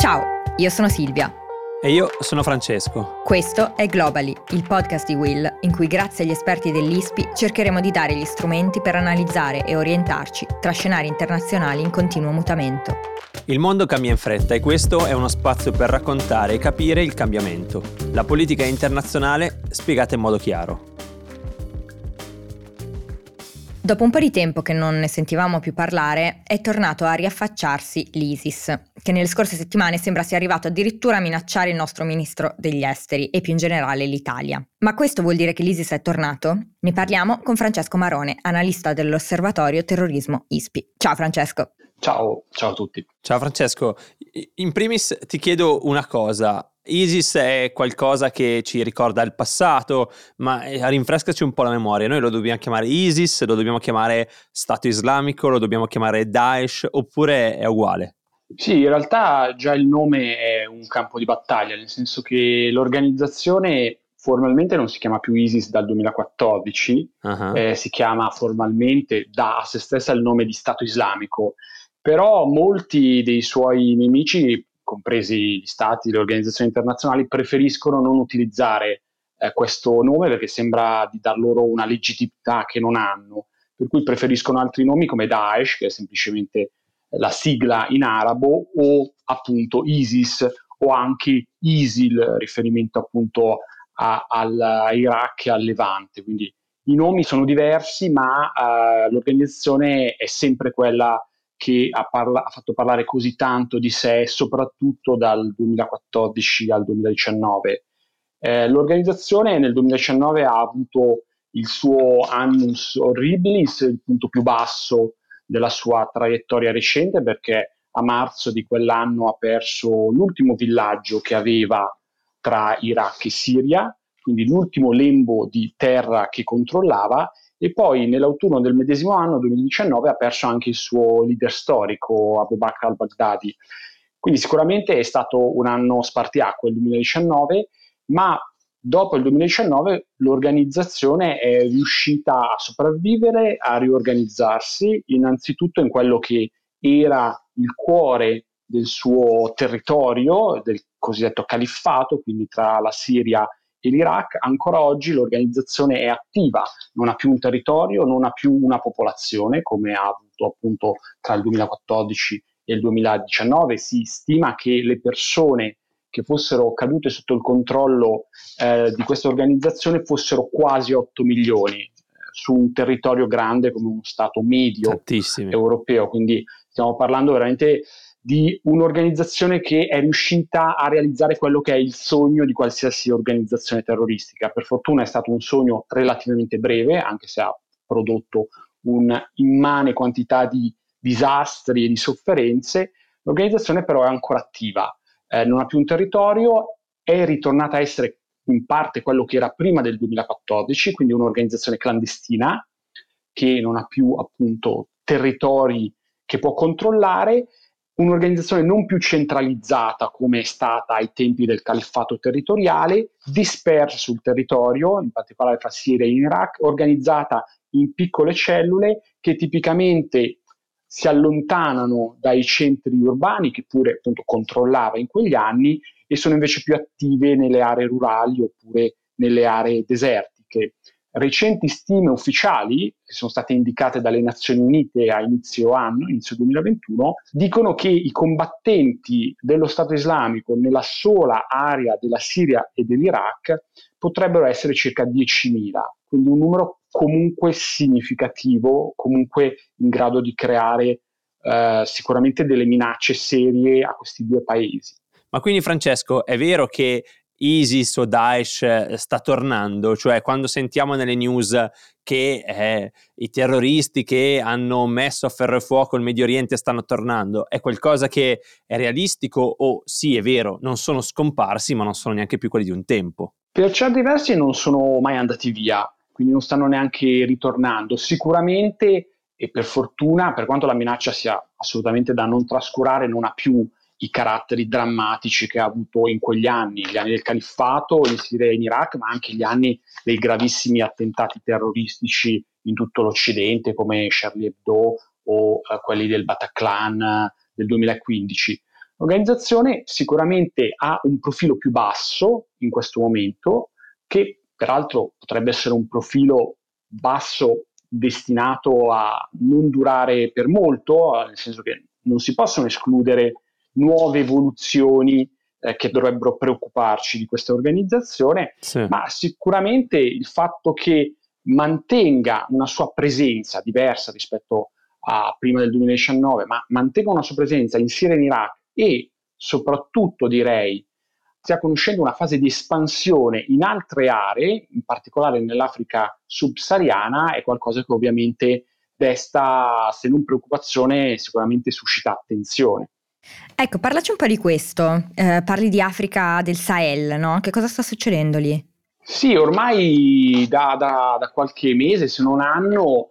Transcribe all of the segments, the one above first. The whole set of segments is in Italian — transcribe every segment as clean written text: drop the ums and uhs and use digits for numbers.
Ciao, io sono Silvia. E io sono Francesco. Questo è Globally, il podcast di Will, in cui grazie agli esperti dell'ISPI cercheremo di dare gli strumenti per analizzare e orientarci tra scenari internazionali in continuo mutamento. Il mondo cambia in fretta e questo è uno spazio per raccontare e capire il cambiamento. La politica internazionale spiegata in modo chiaro. Dopo un po' di tempo che non ne sentivamo più parlare, è tornato a riaffacciarsi l'ISIS, che nelle scorse settimane sembra sia arrivato addirittura a minacciare il nostro ministro degli esteri e più in generale l'Italia. Ma questo vuol dire che l'ISIS è tornato? Ne parliamo con Francesco Marone, analista dell'Osservatorio Terrorismo ISPI. Ciao Francesco. Ciao a tutti. Ciao Francesco, in primis ti chiedo una cosa. ISIS è qualcosa che ci ricorda il passato, ma rinfrescaci un po' la memoria. Noi lo dobbiamo chiamare ISIS, lo dobbiamo chiamare Stato Islamico, lo dobbiamo chiamare Daesh, oppure è uguale? Sì, in realtà già il nome è un campo di battaglia, nel senso che l'organizzazione formalmente non si chiama più ISIS dal 2014, si chiama formalmente, dà a se stessa il nome di Stato Islamico, però molti dei suoi nemici, compresi gli stati, le organizzazioni internazionali, preferiscono non utilizzare questo nome perché sembra di dar loro una legittimità che non hanno, per cui preferiscono altri nomi come Daesh, che è semplicemente la sigla in arabo, o appunto ISIS o anche ISIL, riferimento appunto all'Iraq e al Levante. Quindi i nomi sono diversi, ma l'organizzazione è sempre quella che ha fatto parlare così tanto di sé, soprattutto dal 2014 al 2019. L'organizzazione nel 2019 ha avuto il suo annus horribilis, il punto più basso della sua traiettoria recente, perché a marzo di quell'anno ha perso l'ultimo villaggio che aveva tra Iraq e Siria, quindi l'ultimo lembo di terra che controllava, e poi nell'autunno del medesimo anno, 2019, ha perso anche il suo leader storico, Abu Bakr al-Baghdadi. Quindi sicuramente è stato un anno spartiacque il 2019, ma dopo il 2019 l'organizzazione è riuscita a sopravvivere, a riorganizzarsi, innanzitutto in quello che era il cuore del suo territorio, del cosiddetto califfato, quindi tra la Siria e l'Iraq. Ancora oggi l'organizzazione è attiva, non ha più un territorio, non ha più una popolazione, come ha avuto appunto tra il 2014 e il 2019. Si stima che le persone che fossero cadute sotto il controllo di questa organizzazione fossero quasi 8 milioni su un territorio grande come uno stato medio Tantissimi. europeo, quindi stiamo parlando veramente di un'organizzazione che è riuscita a realizzare quello che è il sogno di qualsiasi organizzazione terroristica. Per fortuna è stato un sogno relativamente breve, anche se ha prodotto un'immane quantità di disastri e di sofferenze. L'organizzazione però è ancora attiva, non ha più un territorio, è ritornata a essere in parte quello che era prima del 2014, quindi un'organizzazione clandestina che non ha più appunto territori che può controllare, un'organizzazione non più centralizzata come è stata ai tempi del califfato territoriale, dispersa sul territorio, in particolare fra Siria e Iraq, organizzata in piccole cellule che tipicamente si allontanano dai centri urbani, che pure appunto controllava in quegli anni, e sono invece più attive nelle aree rurali oppure nelle aree desertiche. Recenti stime ufficiali, che sono state indicate dalle Nazioni Unite a inizio anno, inizio 2021, dicono che i combattenti dello Stato Islamico nella sola area della Siria e dell'Iraq potrebbero essere circa 10.000, quindi un numero comunque significativo, comunque in grado di creare sicuramente delle minacce serie a questi due paesi. Ma quindi Francesco, è vero che ISIS o Daesh sta tornando? Cioè quando sentiamo nelle news che i terroristi che hanno messo a ferro e fuoco il Medio Oriente stanno tornando, è qualcosa che è realistico o sì, è vero, non sono scomparsi ma non sono neanche più quelli di un tempo? Per certi versi non sono mai andati via, quindi non stanno neanche ritornando. Sicuramente, e per fortuna, per quanto la minaccia sia assolutamente da non trascurare, non ha più i caratteri drammatici che ha avuto in quegli anni, gli anni del califfato in Siria e in Iraq, ma anche gli anni dei gravissimi attentati terroristici in tutto l'Occidente, come Charlie Hebdo o quelli del Bataclan del 2015. L'organizzazione sicuramente ha un profilo più basso in questo momento, che peraltro potrebbe essere un profilo basso destinato a non durare per molto, nel senso che non si possono escludere nuove evoluzioni che dovrebbero preoccuparci di questa organizzazione, sì. Ma sicuramente il fatto che mantenga una sua presenza diversa rispetto a prima del 2019, ma mantenga una sua presenza in Siria e in Iraq e soprattutto direi stia conoscendo una fase di espansione in altre aree, in particolare nell'Africa subsahariana, è qualcosa che ovviamente desta, se non preoccupazione, sicuramente suscita attenzione. Ecco, parlaci un po' di questo. Parli di Africa del Sahel, no? Che cosa sta succedendo lì? Sì, ormai da qualche mese, se non anno,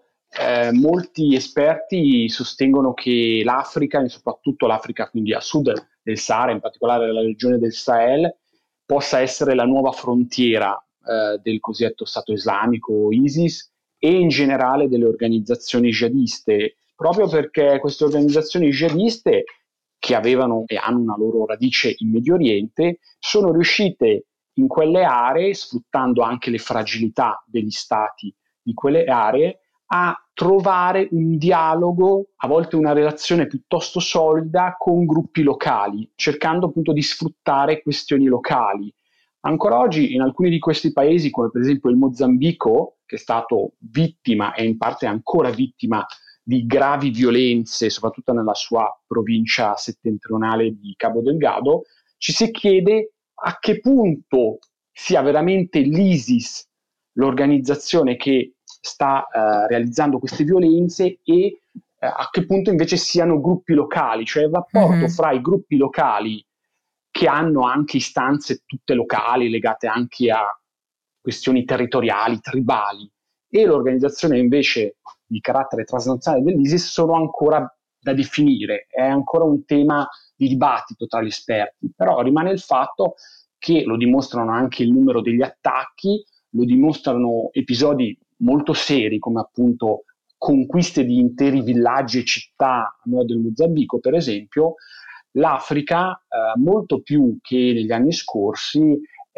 molti esperti sostengono che l'Africa, e soprattutto l'Africa quindi a sud del Sahara, in particolare la regione del Sahel, possa essere la nuova frontiera del cosiddetto Stato islamico ISIS e in generale delle organizzazioni jihadiste, proprio perché queste organizzazioni jihadiste, che avevano e hanno una loro radice in Medio Oriente, sono riuscite in quelle aree, sfruttando anche le fragilità degli stati di quelle aree, a trovare un dialogo, a volte una relazione piuttosto solida con gruppi locali, cercando appunto di sfruttare questioni locali. Ancora oggi in alcuni di questi paesi, come per esempio il Mozambico, che è stato vittima e in parte ancora vittima di gravi violenze, soprattutto nella sua provincia settentrionale di Cabo Delgado, ci si chiede a che punto sia veramente l'ISIS l'organizzazione che sta realizzando queste violenze e a che punto invece siano gruppi locali, cioè il rapporto fra i gruppi locali che hanno anche istanze tutte locali legate anche a questioni territoriali, tribali, e l'organizzazione invece di carattere transnazionale dell'ISIS sono ancora da definire, è ancora un tema di dibattito tra gli esperti, però rimane il fatto che lo dimostrano anche il numero degli attacchi, lo dimostrano episodi molto seri come appunto conquiste di interi villaggi e città a nord del Mozambico, per esempio. L'Africa, molto più che negli anni scorsi,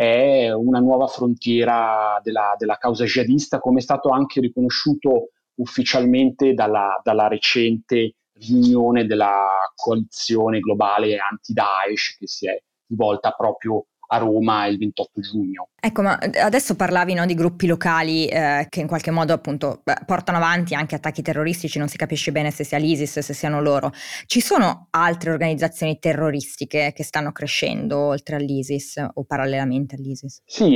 è una nuova frontiera della causa jihadista, come è stato anche riconosciuto ufficialmente dalla recente riunione della coalizione globale anti-Daesh che si è svolta proprio a Roma il 28 giugno. Ecco, ma adesso parlavi, no, di gruppi locali che in qualche modo appunto portano avanti anche attacchi terroristici, non si capisce bene se sia l'ISIS, se siano loro. Ci sono altre organizzazioni terroristiche che stanno crescendo oltre all'ISIS o parallelamente all'ISIS? Sì,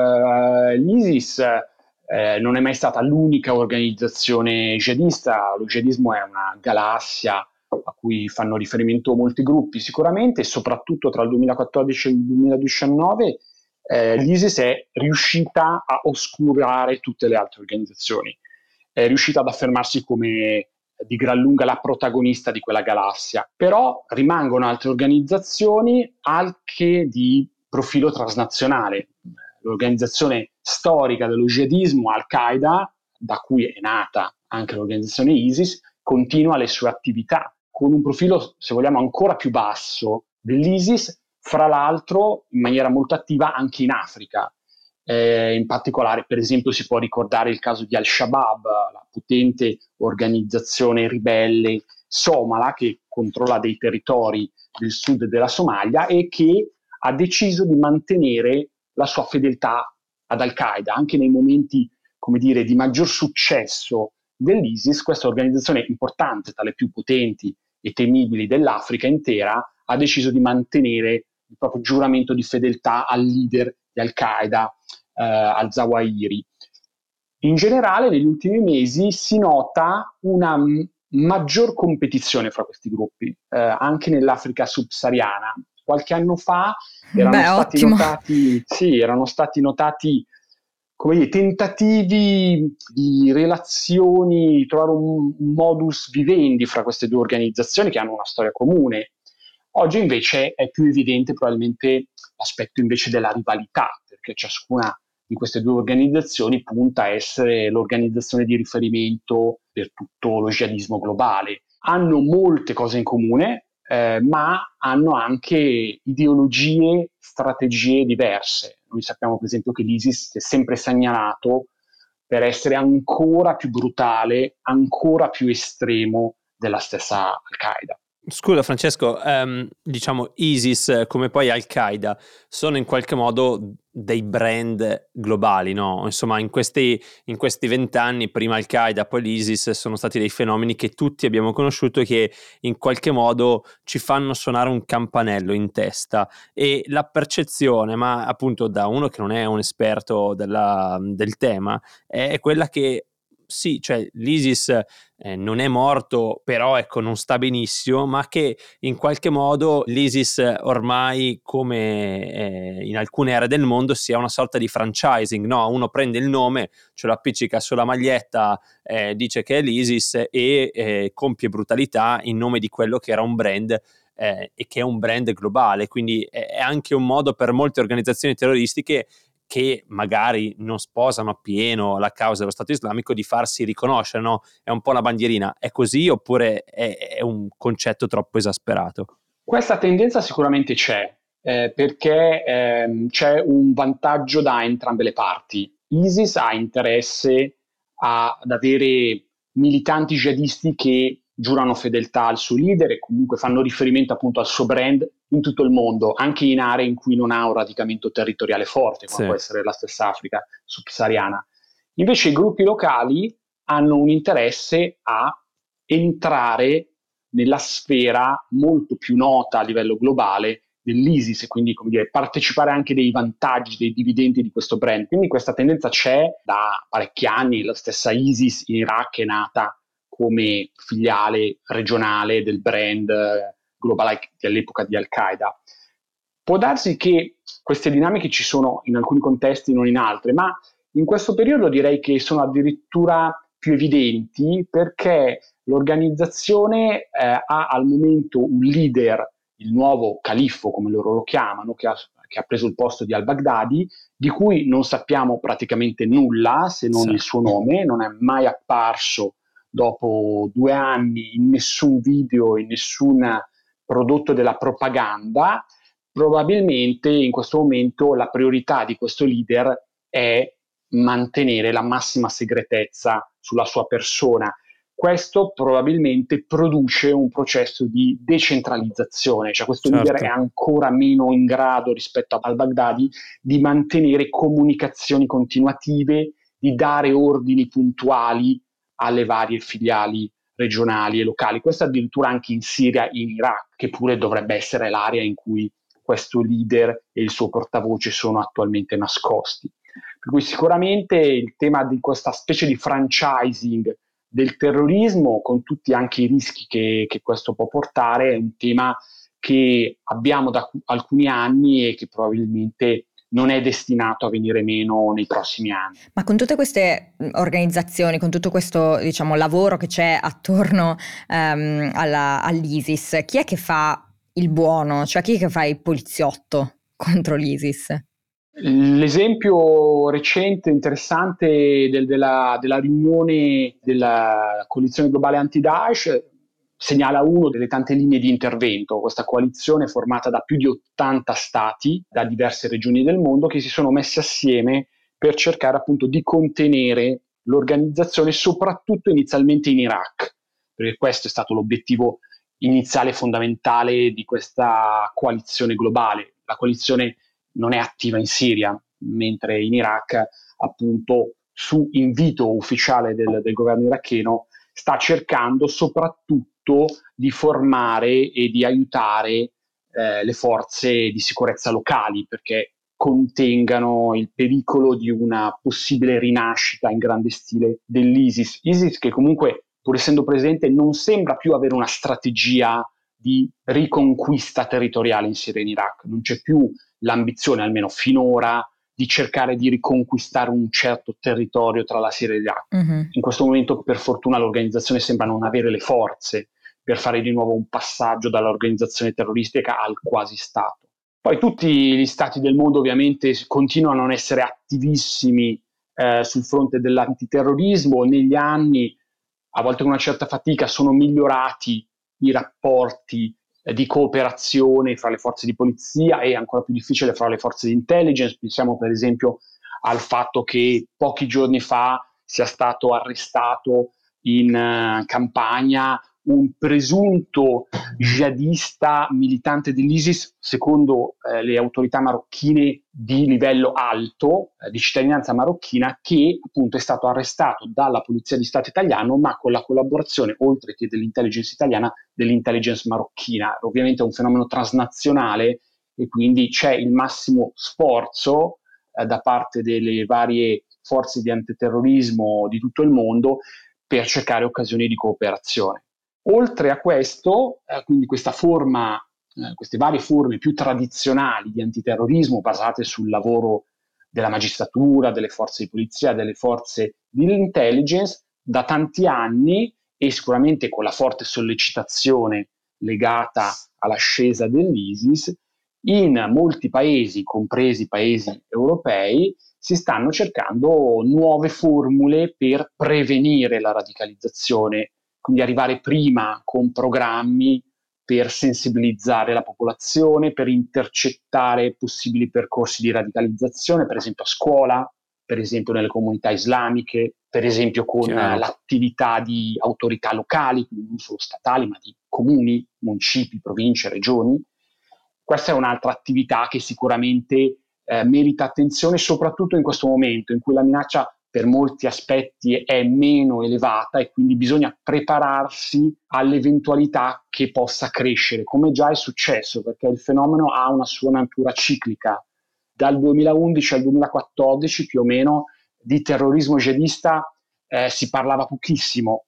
l'ISIS non è mai stata l'unica organizzazione jihadista, lo jihadismo è una galassia a cui fanno riferimento molti gruppi sicuramente, e soprattutto tra il 2014 e il 2019 l'ISIS è riuscita a oscurare tutte le altre organizzazioni, è riuscita ad affermarsi come di gran lunga la protagonista di quella galassia, però rimangono altre organizzazioni anche di profilo transnazionale. L'organizzazione storica dello jihadismo, Al-Qaeda, da cui è nata anche l'organizzazione ISIS, continua le sue attività con un profilo, se vogliamo, ancora più basso dell'ISIS, fra l'altro in maniera molto attiva anche in Africa. In particolare, per esempio, si può ricordare il caso di Al-Shabaab, la potente organizzazione ribelle somala che controlla dei territori del sud della Somalia e che ha deciso di mantenere la sua fedeltà ad Al-Qaeda anche nei momenti, come dire, di maggior successo dell'ISIS. Questa organizzazione importante, tra le più potenti e temibili dell'Africa intera, ha deciso di mantenere il proprio giuramento di fedeltà al leader di Al-Qaeda, al-Zawahiri. In generale, negli ultimi mesi si nota una maggior competizione fra questi gruppi, anche nell'Africa subsahariana. Qualche anno fa erano stati notati come dire, tentativi di relazioni, di trovare un modus vivendi fra queste due organizzazioni che hanno una storia comune. Oggi invece è più evidente probabilmente l'aspetto invece della rivalità, perché ciascuna di queste due organizzazioni punta a essere l'organizzazione di riferimento per tutto lo jihadismo globale. Hanno molte cose in comune, ma hanno anche ideologie, strategie diverse. Noi sappiamo per esempio che l'ISIS si è sempre segnalato per essere ancora più brutale, ancora più estremo della stessa Al-Qaeda. Scusa Francesco, diciamo ISIS come poi Al-Qaeda sono in qualche modo dei brand globali, no? Insomma, in questi 20 anni, prima Al-Qaeda, poi l'ISIS, sono stati dei fenomeni che tutti abbiamo conosciuto e che in qualche modo ci fanno suonare un campanello in testa. E la percezione, ma appunto da uno che non è un esperto del tema, è quella che sì, cioè l'ISIS non è morto, però ecco non sta benissimo, ma che in qualche modo l'ISIS ormai, come in alcune aree del mondo, sia una sorta di franchising, no? Uno prende il nome, ce lo appiccica sulla maglietta, dice che è l'ISIS e compie brutalità in nome di quello che era un brand e che è un brand globale, quindi è anche un modo per molte organizzazioni terroristiche che magari non sposano appieno la causa dello Stato islamico di farsi riconoscere, no? È un po' una bandierina. È così oppure è un concetto troppo esasperato? Questa tendenza sicuramente c'è, perché c'è un vantaggio da entrambe le parti. ISIS ha interesse ad avere militanti jihadisti che giurano fedeltà al suo leader e comunque fanno riferimento appunto al suo brand in tutto il mondo, anche in aree in cui non ha un radicamento territoriale forte, come può essere la stessa Africa subsahariana. Invece i gruppi locali hanno un interesse a entrare nella sfera molto più nota a livello globale dell'ISIS e quindi, come dire, partecipare anche dei vantaggi, dei dividendi di questo brand. Quindi questa tendenza c'è da parecchi anni. La stessa ISIS in Iraq è nata come filiale regionale del brand globale dell'epoca di Al-Qaeda. Può darsi che queste dinamiche ci sono in alcuni contesti, non in altri, ma in questo periodo direi che sono addirittura più evidenti perché l'organizzazione ha al momento un leader, il nuovo califfo come loro lo chiamano, che ha preso il posto di al-Baghdadi, di cui non sappiamo praticamente nulla se non il suo nome, non è mai apparso dopo 2 anni in nessun video, in nessun prodotto della propaganda. Probabilmente in questo momento la priorità di questo leader è mantenere la massima segretezza sulla sua persona. Questo probabilmente produce un processo di decentralizzazione, cioè questo leader è ancora meno in grado rispetto al-Baghdadi di mantenere comunicazioni continuative, di dare ordini puntuali alle varie filiali regionali e locali. Questo addirittura anche in Siria e in Iraq, che pure dovrebbe essere l'area in cui questo leader e il suo portavoce sono attualmente nascosti. Per cui sicuramente il tema di questa specie di franchising del terrorismo, con tutti anche i rischi che questo può portare, è un tema che abbiamo da alcuni anni e che probabilmente non è destinato a venire meno nei prossimi anni. Ma con tutte queste organizzazioni, con tutto questo, diciamo, lavoro che c'è attorno all'ISIS, chi è che fa il buono? Cioè chi è che fa il poliziotto contro l'ISIS? L'esempio recente, interessante della riunione della coalizione globale anti-Daesh segnala una delle tante linee di intervento. Questa coalizione è formata da più di 80 stati, da diverse regioni del mondo, che si sono messi assieme per cercare appunto di contenere l'organizzazione, soprattutto inizialmente in Iraq, perché questo è stato l'obiettivo iniziale e fondamentale di questa coalizione globale. La coalizione non è attiva in Siria, mentre in Iraq, appunto, su invito ufficiale del governo iracheno, sta cercando soprattutto di formare e di aiutare le forze di sicurezza locali, perché contengano il pericolo di una possibile rinascita in grande stile dell'ISIS. ISIS che comunque, pur essendo presente, non sembra più avere una strategia di riconquista territoriale in Siria e in Iraq. Non c'è più l'ambizione, almeno finora, di cercare di riconquistare un certo territorio tra la Siria e l'Iraq. In questo momento, per fortuna, l'organizzazione sembra non avere le forze per fare di nuovo un passaggio dall'organizzazione terroristica al quasi Stato. Poi tutti gli stati del mondo ovviamente continuano a non essere attivissimi sul fronte dell'antiterrorismo. Negli anni, a volte con una certa fatica, sono migliorati i rapporti di cooperazione fra le forze di polizia e ancora più difficile fra le forze di intelligence. Pensiamo per esempio al fatto che pochi giorni fa sia stato arrestato in Campania un presunto jihadista militante dell'ISIS, secondo le autorità marocchine di livello alto, di cittadinanza marocchina, che appunto è stato arrestato dalla Polizia di Stato italiano, ma con la collaborazione, oltre che dell'intelligence italiana, dell'intelligence marocchina. Ovviamente è un fenomeno transnazionale e quindi c'è il massimo sforzo da parte delle varie forze di antiterrorismo di tutto il mondo per cercare occasioni di cooperazione. Oltre a questo, quindi queste varie forme più tradizionali di antiterrorismo basate sul lavoro della magistratura, delle forze di polizia, delle forze di intelligence, da tanti anni, e sicuramente con la forte sollecitazione legata all'ascesa dell'ISIS, in molti paesi, compresi paesi europei, si stanno cercando nuove formule per prevenire la radicalizzazione, quindi arrivare prima con programmi per sensibilizzare la popolazione, per intercettare possibili percorsi di radicalizzazione, per esempio a scuola, per esempio nelle comunità islamiche, per esempio con l'attività di autorità locali, quindi non solo statali, ma di comuni, municipi, province, regioni. Questa è un'altra attività che sicuramente merita attenzione, soprattutto in questo momento in cui la minaccia per molti aspetti è meno elevata e quindi bisogna prepararsi all'eventualità che possa crescere, come già è successo, perché il fenomeno ha una sua natura ciclica. Dal 2011 al 2014 più o meno di terrorismo jihadista si parlava pochissimo,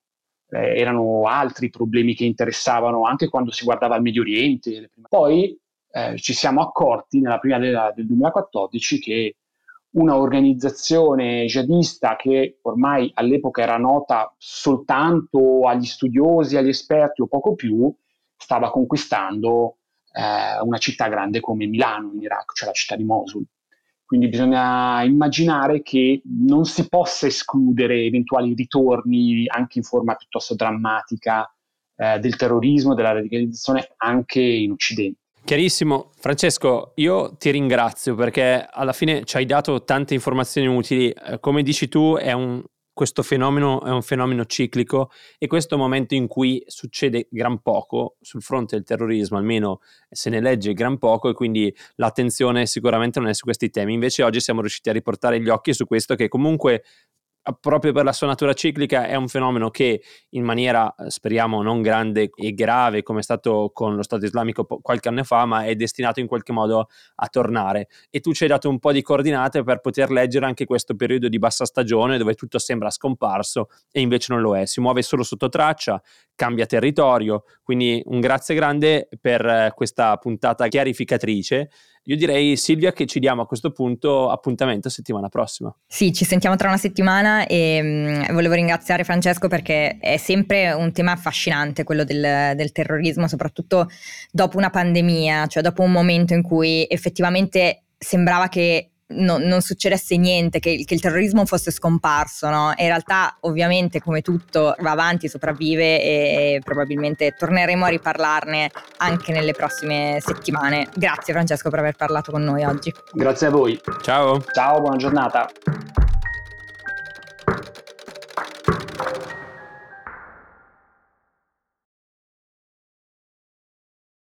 erano altri problemi che interessavano anche quando si guardava al Medio Oriente. Poi ci siamo accorti nella primavera del 2014 che una organizzazione jihadista che ormai all'epoca era nota soltanto agli studiosi, agli esperti o poco più, stava conquistando una città grande come Milano in Iraq, cioè la città di Mosul. Quindi bisogna immaginare che non si possa escludere eventuali ritorni anche in forma piuttosto drammatica del terrorismo, della radicalizzazione anche in Occidente. Chiarissimo. Francesco, io ti ringrazio perché alla fine ci hai dato tante informazioni utili. Come dici tu, questo fenomeno è un fenomeno ciclico e questo è un momento in cui succede gran poco sul fronte del terrorismo, almeno se ne legge gran poco, e quindi l'attenzione sicuramente non è su questi temi. Invece oggi siamo riusciti a riportare gli occhi su questo, che comunque proprio per la sua natura ciclica è un fenomeno che in maniera speriamo non grande e grave come è stato con lo Stato islamico qualche anno fa, ma è destinato in qualche modo a tornare, e tu ci hai dato un po' di coordinate per poter leggere anche questo periodo di bassa stagione dove tutto sembra scomparso e invece non lo è, si muove solo sotto traccia, cambia territorio. Quindi un grazie grande per questa puntata chiarificatrice. Io direi, Silvia, che ci diamo a questo punto appuntamento settimana prossima. Sì, ci sentiamo tra una settimana e volevo ringraziare Francesco perché è sempre un tema affascinante quello del terrorismo, soprattutto dopo una pandemia, cioè dopo un momento in cui effettivamente sembrava che non succedesse niente, che il terrorismo fosse scomparso, no? E in realtà ovviamente come tutto va avanti, sopravvive e probabilmente torneremo a riparlarne anche nelle prossime settimane. Grazie Francesco per aver parlato con noi oggi. Grazie a voi. Ciao. Ciao, buona giornata.